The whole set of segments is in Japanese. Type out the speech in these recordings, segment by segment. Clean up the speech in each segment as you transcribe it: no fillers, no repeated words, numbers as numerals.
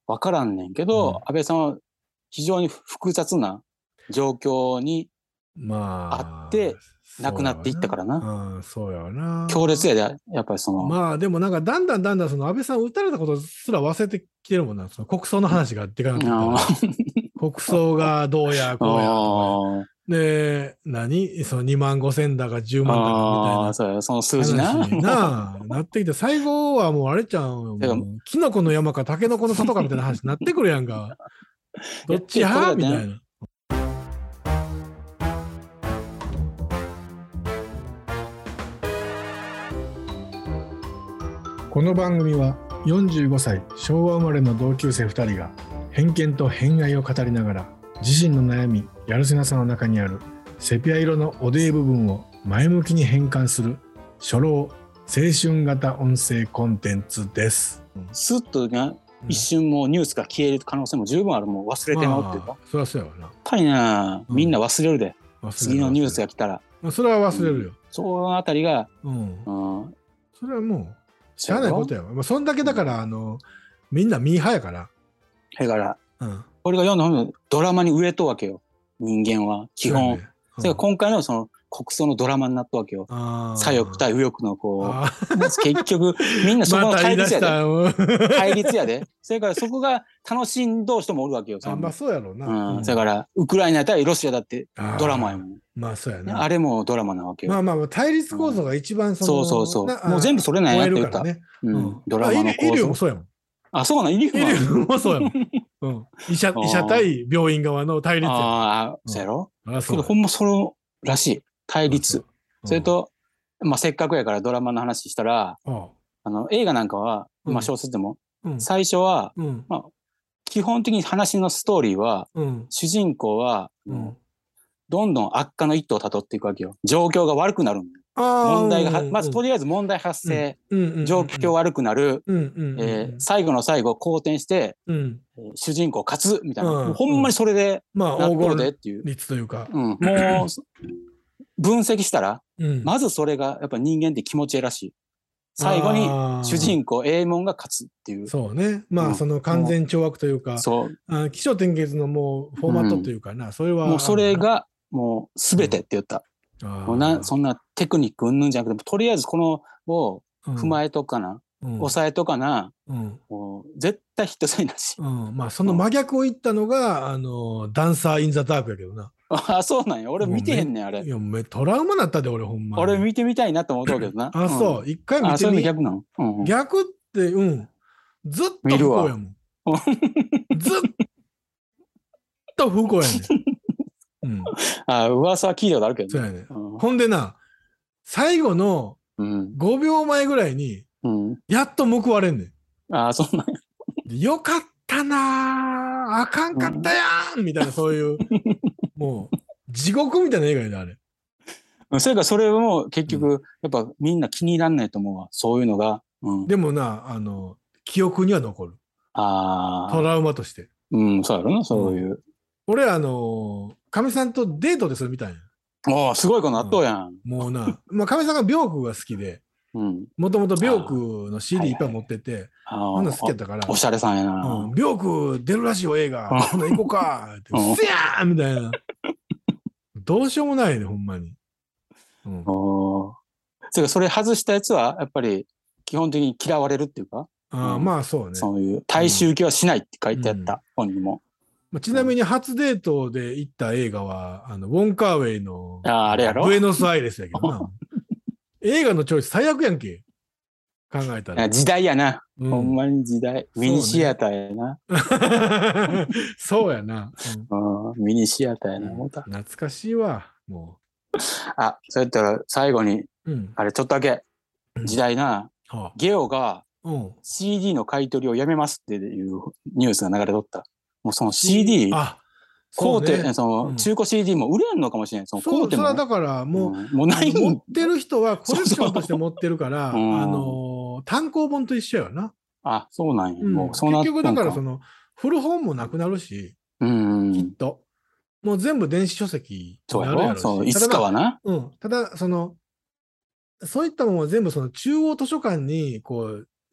分からんねんけど、安倍さんは非常に複雑な状況にあって亡くなっていったからな。 そうやわな。 強烈やで、やっぱりその。 まあでもなんかだんだんその安倍さん撃たれたことすら忘れてきてるもんな。その国葬の話がでかなってきたら、国葬がどうやこうやとか。で、その2万5千だか10万だかみたいな。 そうや、その数字な。 なってきて、最後はもうあれちゃん、キノコの山かタケノコの里かみたいな話になってくるやんか。どっち派みたいな。この番組は45歳昭和生まれの同級生2人が偏見と偏愛を語りながら自身の悩みやるせなさの中にあるセピア色のおでい部分を前向きに変換する初老青春型音声コンテンツです。 スッとね、一瞬もうニュースが消える可能性も十分ある。もう忘れてまうっていうか、 そりゃそうやわな。 やっぱりな、みんな忘れるで、次のニュースが来たら。 それは忘れるよ。 そのあたりが、 それはもうしゃあないことやわ。そんだけだからみんなミーハーやから。 だから、これが読んだ本のドラマに植えとわけよ。人間は基本。それが今回のその国葬のドラマになったわけよ。左翼対右翼のこう結局みんなそこの対立やで。対立やで。それからそこが楽しんどう人もおるわけよ。 まあそうやろうな。 だからウクライナ対ロシアだってドラマやもん。 まあそうやな。 あれもドラマなわけよ。 まあ対立構造が一番そうもう全部それなんやって言った。ドラマの構造。 イリュウもそうやもん。 あ、そうなの。イリュウもそうやもん。医者対病院側の対立や。 そうやろ。けどほんまそれらしい。対立。それと、まあ、せっかくやからドラマの話したら、映画なんかは、まあ、小説でも、最初は、まあ、基本的に話のストーリーは、主人公は、どんどん悪化の一途をたどっていくわけよ。状況が悪くなるんだよ。問題がまずとりあえず問題発生、状況悪くなる、最後の最後好転して、主人公勝つみたいな、ほんまにそれでなっとるでっていう。率というか。 もう分析したら、まずそれがやっぱ人間って気持ちいいらしい。最後に主人公エーモンが勝つっていう。 そうね。まあその完全懲悪というか、起承転結のもうフォーマットというかな、それは。 もうそれがもう全てって言った。そんなテクニックうんぬんじゃなくて、とりあえずこのを踏まえとかな、抑えとかな、絶対ヒットせんなし。 まあその真逆を言ったのがダンサー・イン・ザ・ダークやけどな。 あ、そうなんや。俺見てへんねん、あれ。 いや、トラウマなったで、俺ほんま。 俺見てみたいなと思ったけどな。 そう。一回見てみ。 そういうの逆なの？ 逆って、ずっと不幸やもん。ずっと不幸やねん。 噂は聞いたことあるけど。 そうやね。ほんでな、最後の5秒前ぐらいに、やっと報われんねん。 ああ、そうなんや。 よかったなあかんかったやんみたいな、そういう。もう地獄みたいな映画やであれ。 それからそれも結局やっぱみんな気に入らんないと思うわ。そういうのが。 でもな記憶には残る。トラウマとして。 そうやろな、そういう。 俺かみさんとデートでそれ見たんや。 ああ、すごいことなっとうやん。 もうな、まあかみさんがビョークが好きで、もともとビョークの CD いっぱい持ってて、ほんな好きやったから。 おしゃれさんやな。 ビョーク出るらしいよ映画。ほな行こうかって。うせやーみたいな。どうしようもないね、ほんまに。 それ外したやつはやっぱり基本的に嫌われるっていうか。 まあそうね。 そういう大衆受けはしないって書いてあった、本にも。 ちなみに初デートで行った映画はウォン・カーウェイのあれやろブエノスアイレスやけどな。映画のチョイス最悪やんけ。考えたら。 時代やな。ほんまに時代。ミニシアターやな。 そうやな。 ミニシアターやな。 懐かしいわ、もう。 そうやったら最後に、あれちょっとだけ時代な、ゲオが CD の買い取りをやめますっていうニュースが流れとった。もうその CD、中古 CD も売れんのかもしれない。 それはだからもう持ってる人はコレクションとして持ってるから単行本と一緒やな。 そうなんや。 結局だからその古本もなくなるし、きっともう全部電子書籍になるやろし。 いつかはな。 ただそういったものは全部その中央図書館にこう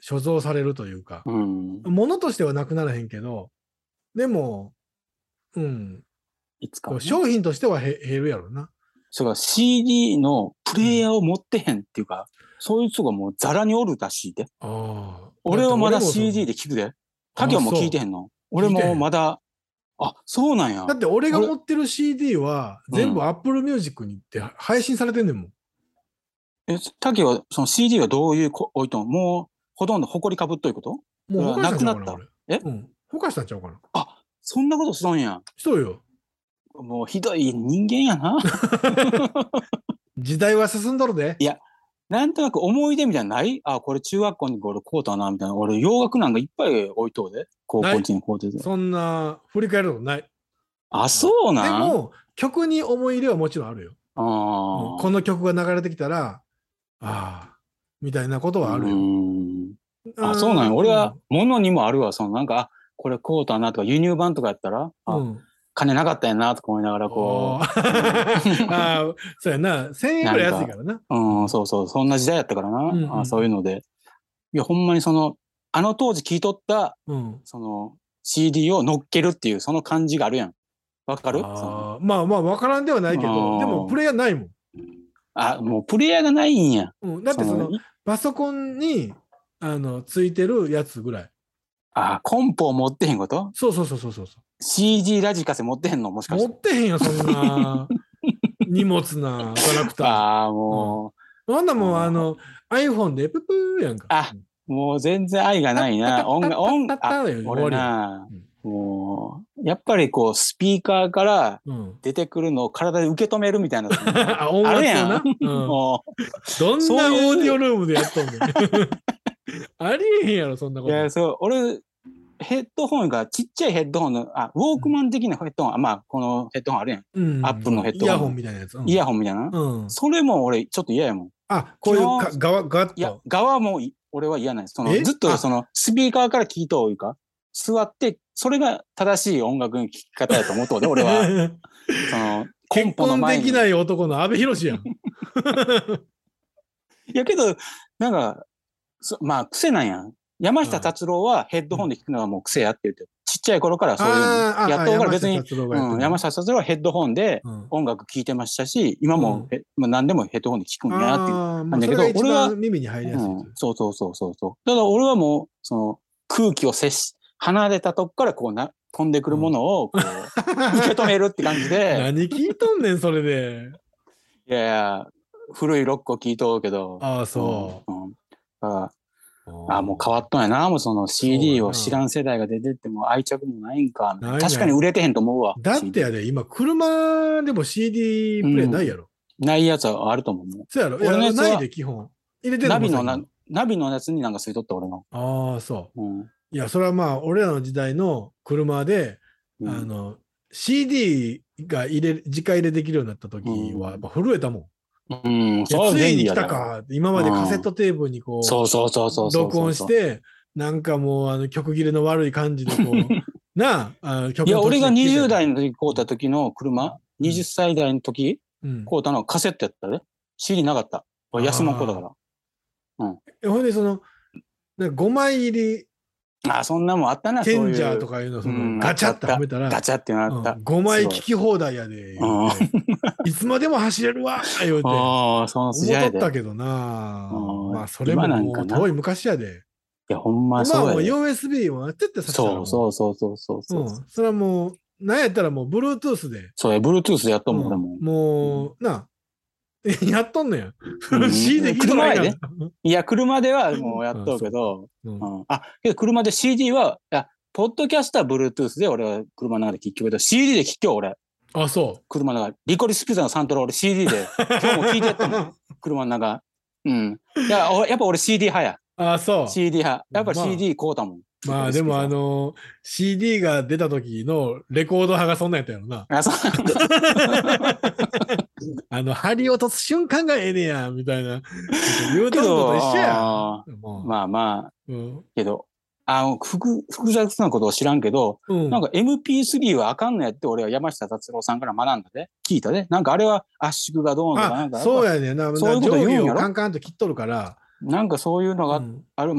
所蔵されるというか、 うん、 物としてはなくならへんけど、でも、 いつか、ね、 商品としては減るやろな。 そうか、CD のプレイヤーを持ってへんっていうか、そういう人がもうザラにおるらしいで。俺はまだ CD で聞くで。タケはもう聞いてへんの。俺もまだ、あ、そうなんや。 だって俺が持ってる CD は全部 Apple Music に行って配信されてんねんもん。 タケはその CD はどういう置いとん？もうほとんど埃かぶっということ？ もうほかしたんちゃうかな、 俺。 ほかしたんちゃうかな。 あ、そんなことしとんや。 しとるよ。 もうひどい人間やな。 時代は進んどるで。 いや、なんとなく思い出みたいなない？あ、これ中学校に俺こうだな、みたいな。俺洋楽なんかいっぱい置いとうで。高校にこうで。 そんな振り返るのない。 あ、そうなん？ でも、曲に思い入れはもちろんあるよ。この曲が流れてきたら、みたいなことはあるよ。 あ、そうなんや。俺は物にもあるわ。なんか、これこうだなとか、輸入版とかやったら、金なかったんやなとか思いながらこう。 そうやな。1000円ぐらい安いからな。 そうそう。そんな時代やったからな。そういうので。いや、ほんまにあの当時聴いとった、CD を乗っけるっていう、その感じがあるやん。わかる？ まあ、わからんではないけど、でもプレイヤーないもん。 あ、もうプレイヤーがないんや。 だってパソコンに、ついてるやつぐらい。 コンポを持ってへんこと？ そう。 CG ラジカセ持ってへんの？もしかして。 持ってへんよ、そんな荷物なガラクター。 もう。なんだもうiPhone でププーやんか。 もう全然愛がないな。俺な、もう、やっぱりこう、スピーカーから出てくるのを体で受け止めるみたいな。 あるやん。どんなオーディオルームでやっとんねん。ありえへんやろ、そんなこと。 いや、俺、ヘッドホンがちっちゃいヘッドホンの、ウォークマン的なヘッドホン、このヘッドホンあるやん。アップルのヘッドホン。 イヤホンみたいなやつ。 イヤホンみたいな。それも俺、ちょっと嫌やもん。 こういう側いや、側も俺は嫌なんです。ずっとスピーカーから聞いというか、座って、それが正しい音楽の聴き方やと思うと、俺は。 結婚できない男の阿部寛やん。 いやけど、なんか、癖なんやん。山下達郎はヘッドホンで聞くのはもう癖やって言って、ちっちゃい頃からそういうのやっとうから別に、山下達郎はヘッドホンで音楽聴いてましたし、今も何でもヘッドホンで聞くんやっていう。なんだけど、俺は、 耳に入りやすい。 そう。ただ俺はもう、空気を離れたとこからこう飛んでくるものをこう受け止めるって感じで。 何聞いとんねん、それで。 いや、古いロックを聞いとうけど。 そう。 もう変わっとんやな。もうその CD を知らん世代が出てっても愛着もないんか。確かに売れてへんと思うわ。 だってやで、今車でも CD プレイないやろ。 ないやつはあると思う。 そうやろ。俺のやつはないで基本。入れてるのナビのやつになんか吸いとった俺の。 そう。いや、それは俺らの時代の車で、CD が直入れできるようになった時はやっぱ震えたもん。ついに来たか。今までカセットテープにこう、録音して、なんかもう曲切れの悪い感じでこう、 いや、俺が20代の時買うた時の車、20歳代の時買うたのはカセットやったで。CD なかった。安物だから。 ほんで5枚入り、 そんなもんあったな、 ケンジャーとかいうの、ガチャってはめたら、 ガチャってなった。 5枚聞き放題やで。いつまでも走れるわ言うて。思っとったけどな。それももう遠い昔やで。 いや、ほんまそうや。 今はもう USB もやってってさ。 そう。 それはもう、なんやったらもう Bluetooth で。 そうや、Bluetooth でやっとんもん、俺も。 もう、やっとんのや。CD 聞いとないから。 いや、車ではもうやっとるけど、けど車で CD は、ポッドキャストは Bluetooth で俺は車の中で聞くけど、CD で聞きよ、俺。 そう。 車の中。リコリスピザのサントラ俺 CD で、今日も聞いてやったもん。車の中。いや、やっぱ俺 CD 派や。 そう。 CD 派。やっぱ CD 買うたもん。 でもCD が出た時のレコード派がそんなんやったやろな。針を落とす瞬間がええねや、みたいな。言うとんのと一緒や。 けど、複雑なことを知らんけど、なんか MP3 はあかんのやって俺は山下達郎さんから学んだで、聞いたで。なんかあれは圧縮がどうのかなんか。 そうやねんな。 そういうこと言うんやろ。 カンカンと切っとるから。 なんかそういうのがある。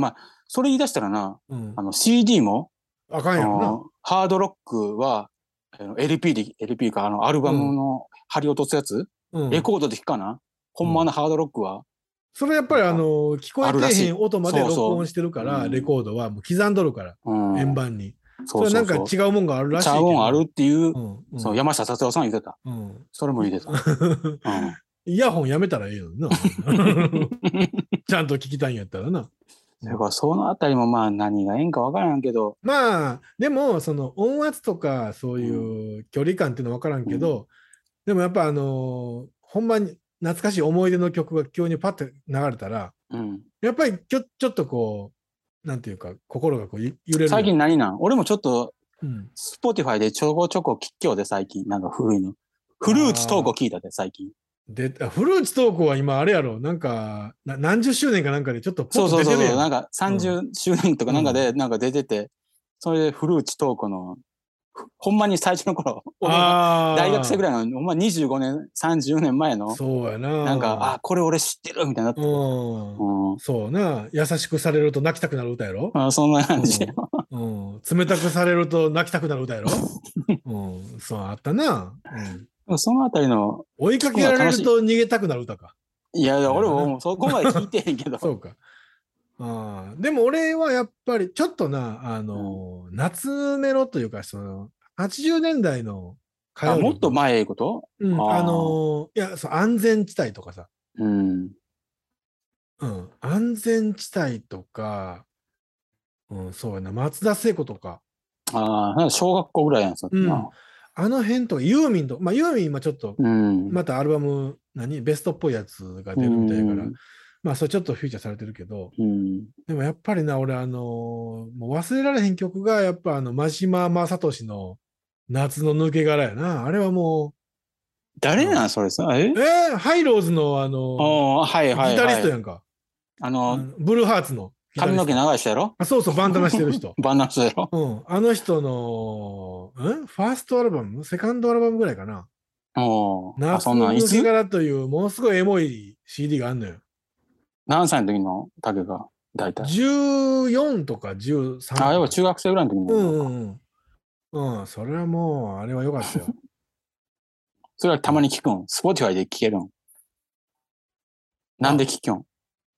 それ言い出したらな、CD も、 あかんやろな。 ハードロックは、LP か、アルバムの貼り落とすやつ、レコードで聴くかな、ほんまのハードロックは。 それやっぱり聞こえてへん音まで録音してるから、レコードはもう刻んどるから、円盤に。それなんか違うもんがあるらしいけど。違うもんあるっていう、山下達郎さん言ってた。それも言ってた。 イヤホンやめたらええのにな。ちゃんと聞きたいんやったらな。 だからそのあたりもまあ何がええんか分からんけど。 まあ、でもその音圧とかそういう距離感っていうのは分からんけど、でもやっぱほんまに懐かしい思い出の曲が急にパッて流れたら、やっぱりちょっとこう、なんていうか、心がこう揺れる。 最近何なん？俺もちょっと、Spotify でちょこちょこ聞きようで最近、なんか古いの。フルーツトーク聞いたで最近。 で、フルーツトークは今あれやろ、なんか、何十周年かなんかでちょっとポッと出てるやん。 そう、なんか30周年とかなんかで、なんか出てて、それでフルーツトークの、ほんまに最初の頃、俺が大学生ぐらいの、ほんま25年、30年前の、 そうやな。 なんか、これ俺知ってるみたいになって。 そうな。優しくされると泣きたくなる歌やろ。 そんな感じ。 冷たくされると泣きたくなる歌やろ。そう、あったな。 そのあたりの。 追いかけられると逃げたくなる歌か。 いや、俺もそこまで聞いてへんけど。 そうか。でも俺はやっぱりちょっとな、夏メロというか、その、80年代の歌謡曲。もっと前こと？ いや、安全地帯とかさ。安全地帯とか、そうやな、松田聖子とか。 小学校ぐらいやん、 あの辺とか、ユーミンと、まあユーミン今ちょっと、またアルバム、ベストっぽいやつが出るみたいから、まあそれちょっとフィーチャーされてるけど、でもやっぱりな、俺もう忘れられへん曲が、やっぱ真島正俊の夏の抜け殻やな。あれはもう。 誰なんそれさ。 ハイローズのギタリストやんか。ブルーハーツの。 髪の毛長い人やろ？ そうそう、バンダナしてる人。 バンダナしてるやろ？ あの人の、ファーストアルバムセカンドアルバムぐらいかな。夏の抜け殻という、ものすごいエモい CD があんのよ。 何歳の時の竹が大体 14とか13。 要は中学生ぐらいの時の。それはもう、あれは良かったよ。 それはたまに聞くん？スポティファイで聞けるん？なんで聞きょん？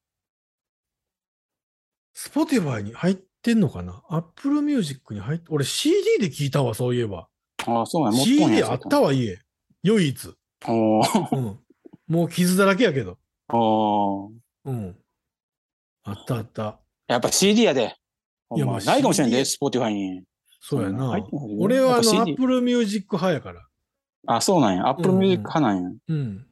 スポティファイに入ってんのかな？アップルミュージックに入って、俺 CD で聞いたわ、そういえば。 そうなん、 CD あったわ、家。唯一。もう傷だらけやけど。あったあった。 やっぱ CD やで。いや、まあ、ないかもしれんで、スポティファイに。 そうやな。俺はアップルミュージック派やから。 そうなんや。アップルミュージック派なんや。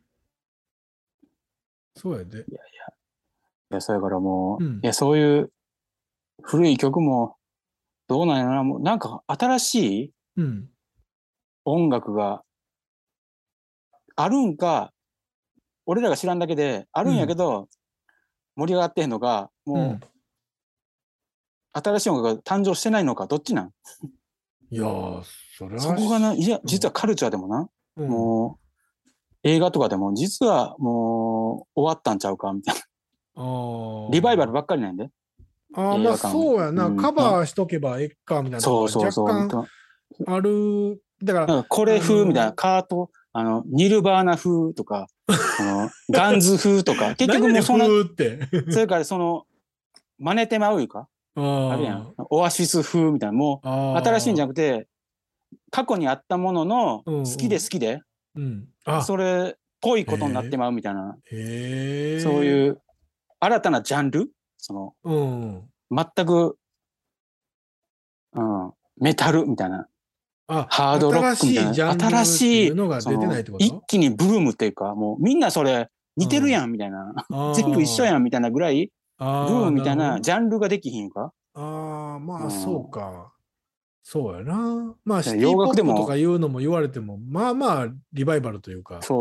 そうやで。 いや、それからもう、いや、そういう古い曲も、どうなんやな、もうなんか新しい音楽があるんか、俺らが知らんだけで、あるんやけど、盛り上がってへんのか、もう、新しい音楽が誕生してないのか、どっちなん？ いやー、それは。 そこがな、いや、実はカルチャーでもな、もう、映画とかでも、実はもう、終わったんちゃうか、みたいな。リバイバルばっかりなんで。 まあそうやな、カバーしとけばええか、みたいな。 そう若干ある。だから。 これ風みたいな、カート、ニルバーナ風とか、ガンズ風とか、結局もうその、それからその、真似てまういうか、あるやん。オアシス風みたいな、もう、新しいんじゃなくて、過去にあったものの、好きで好きで、それっぽいことになってまうみたいな、そういう、新たなジャンル、その、全く、メタルみたいな。ハードロックみたいな。新しいのが出てないってこと？一気にブームっていうか、もうみんなそれ似てるやんみたいな。全部一緒やんみたいなぐらい、ブームみたいなジャンルができひんか？ まあそうか。そうやな。まあシティポップとかいうのも言われても、まあまあリバイバルというか。 そう。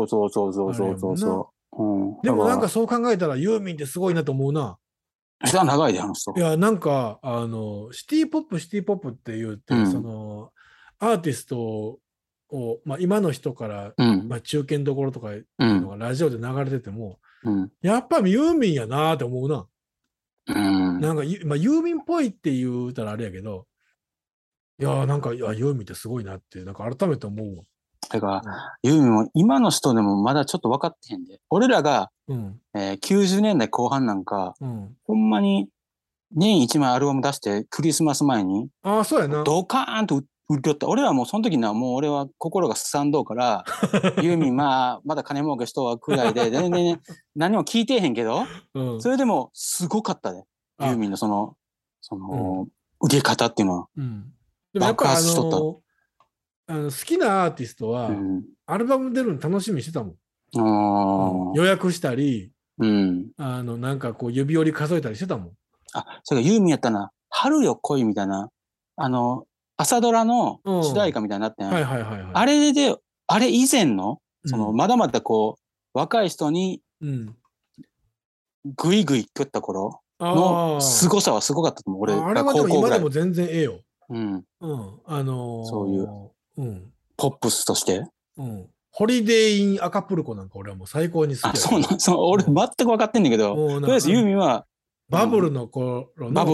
でもなんかそう考えたらユーミンってすごいなと思うな。 じゃあ長いで話すと。 いや、なんか、シティポップって言って、その、アーティストを、まあ、今の人から、まあ、中堅どころとかいうのがラジオで流れてても、やっぱりユーミンやなって思うな。 なんか、まあ、ユーミンっぽいって言うたらあれやけど、いやなんか、ユーミンってすごいなって、なんか改めて思うわ。 だから、ユーミンも今の人でもまだちょっと分かってへんで。俺らが、90年代後半なんか、ほんまに年1枚アルバム出してクリスマス前に、 そうやな。 ドカーンと売りよった。俺らもうその時にはもう俺は心がすさんどうから、ユーミンまだ金儲けしとはくらいで、全然何も聞いてへんけど、それでもすごかったで。ユーミンのその受け方っていうのは。 でもやっぱ好きなアーティストは、アルバム出るの楽しみにしてたもん。予約したり、なんかこう指折り数えたりしてたもん。 それがユーミンやったな。春よ来いみたいな、朝ドラの主題歌みたいになってん。あれ以前の、まだまだこう、若い人に、ぐいぐい食った頃の凄さはすごかったと思う。俺あれはでも今でも全然ええよ。 そういう、ポップスとして。 ホリデー・イン・アカプルコなんか俺はもう最高に好きや。 俺全く分かってんだけど、とりあえずユーミンは、 バブルの頃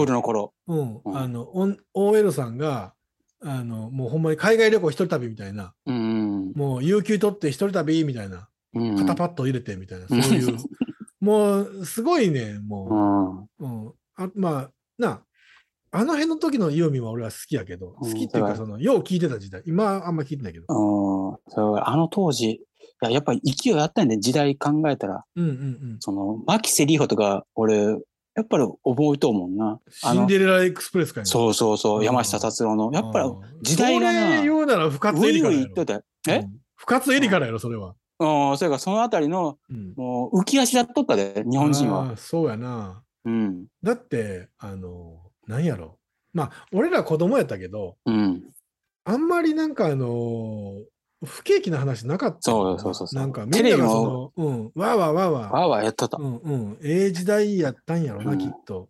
OL さんがもうほんまに海外旅行一人旅みたいな、もう有給取って一人旅みたいな、肩パッド入れてみたいな、そういうもうすごいね、もう、まああの辺の時のユーミンは俺は好きやけど、好きっていうかよう聞いてた時代、今あんま聞いてないけど、 あの当時やっぱり勢いあったんで、時代考えたら、牧瀬里穂とか俺やっぱり覚えと思うな。 シンデレラエクスプレスかいな。 そう山下達郎のやっぱり時代がな。 それ言うなら深津絵里からやろ。深津絵里からやろそれは。 それからそのあたりのもう浮き足だっとったで日本人は。 そうやな。だってなんやろ。まあ俺ら子供やったけど、あんまりなんか不景気な話なかった。 そうなんかみんながわーわーやっとった。 時代やったんやろな、きっと。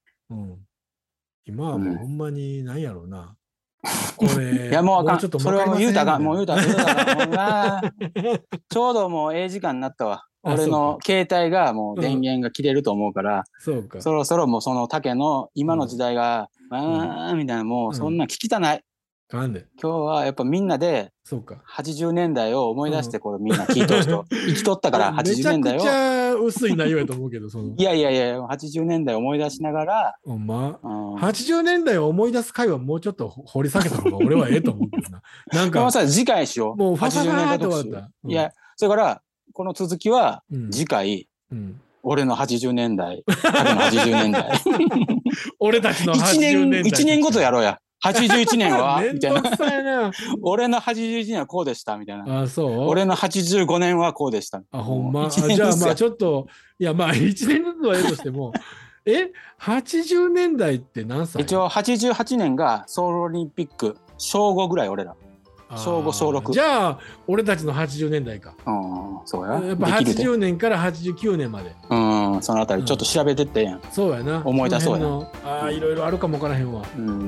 今はもうほんまになんやろうな。これいやもうあかん。それはもう言うたらもう言うたらちょうどもう時間になったわ。俺の携帯がもう電源が切れると思うから、そろそろもうその竹の今の時代がみたいな、もうそんな聞きたない。今日はやっぱみんなで80年代を思い出して、これみんな聞いとる人生きとったから80年代を。 めちゃくちゃ薄い内容やと思うけど、 いや80年代を思い出しながら、 80年代を思い出す回はもうちょっと掘り下げた方が俺はええと思うけどな。なんか次回しよう。 もう80年代特集。 いやそれからこの続きは次回、俺の80年代、彼の80年代。 俺たちの80年代。 1年ごとやろうや。81年はみたいな。俺の81年はこうでしたみたいな。俺の85年はこうでした。 ほんま。じゃあまあちょっと、いやまあ1年ずつはええとしても、80年代って何歳？ 一応88年がソウルオリンピック、小5ぐらい俺ら。小5、小6。 じゃあ、俺たちの80年代か。 そうや。 やっぱ80年から89年まで。 そのあたりちょっと調べてってやん。 そうやな。 思い出そうや。 いろいろあるかもわからへんわ。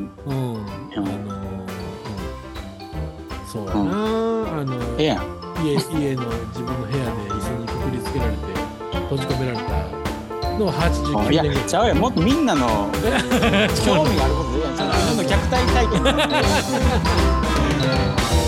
そうやな。 やん。 家の自分の部屋で椅子にくくりつけられて閉じ込められたの89年。 いや、ちゃうやん。もっとみんなの興味があることでやん。自分の虐待体験。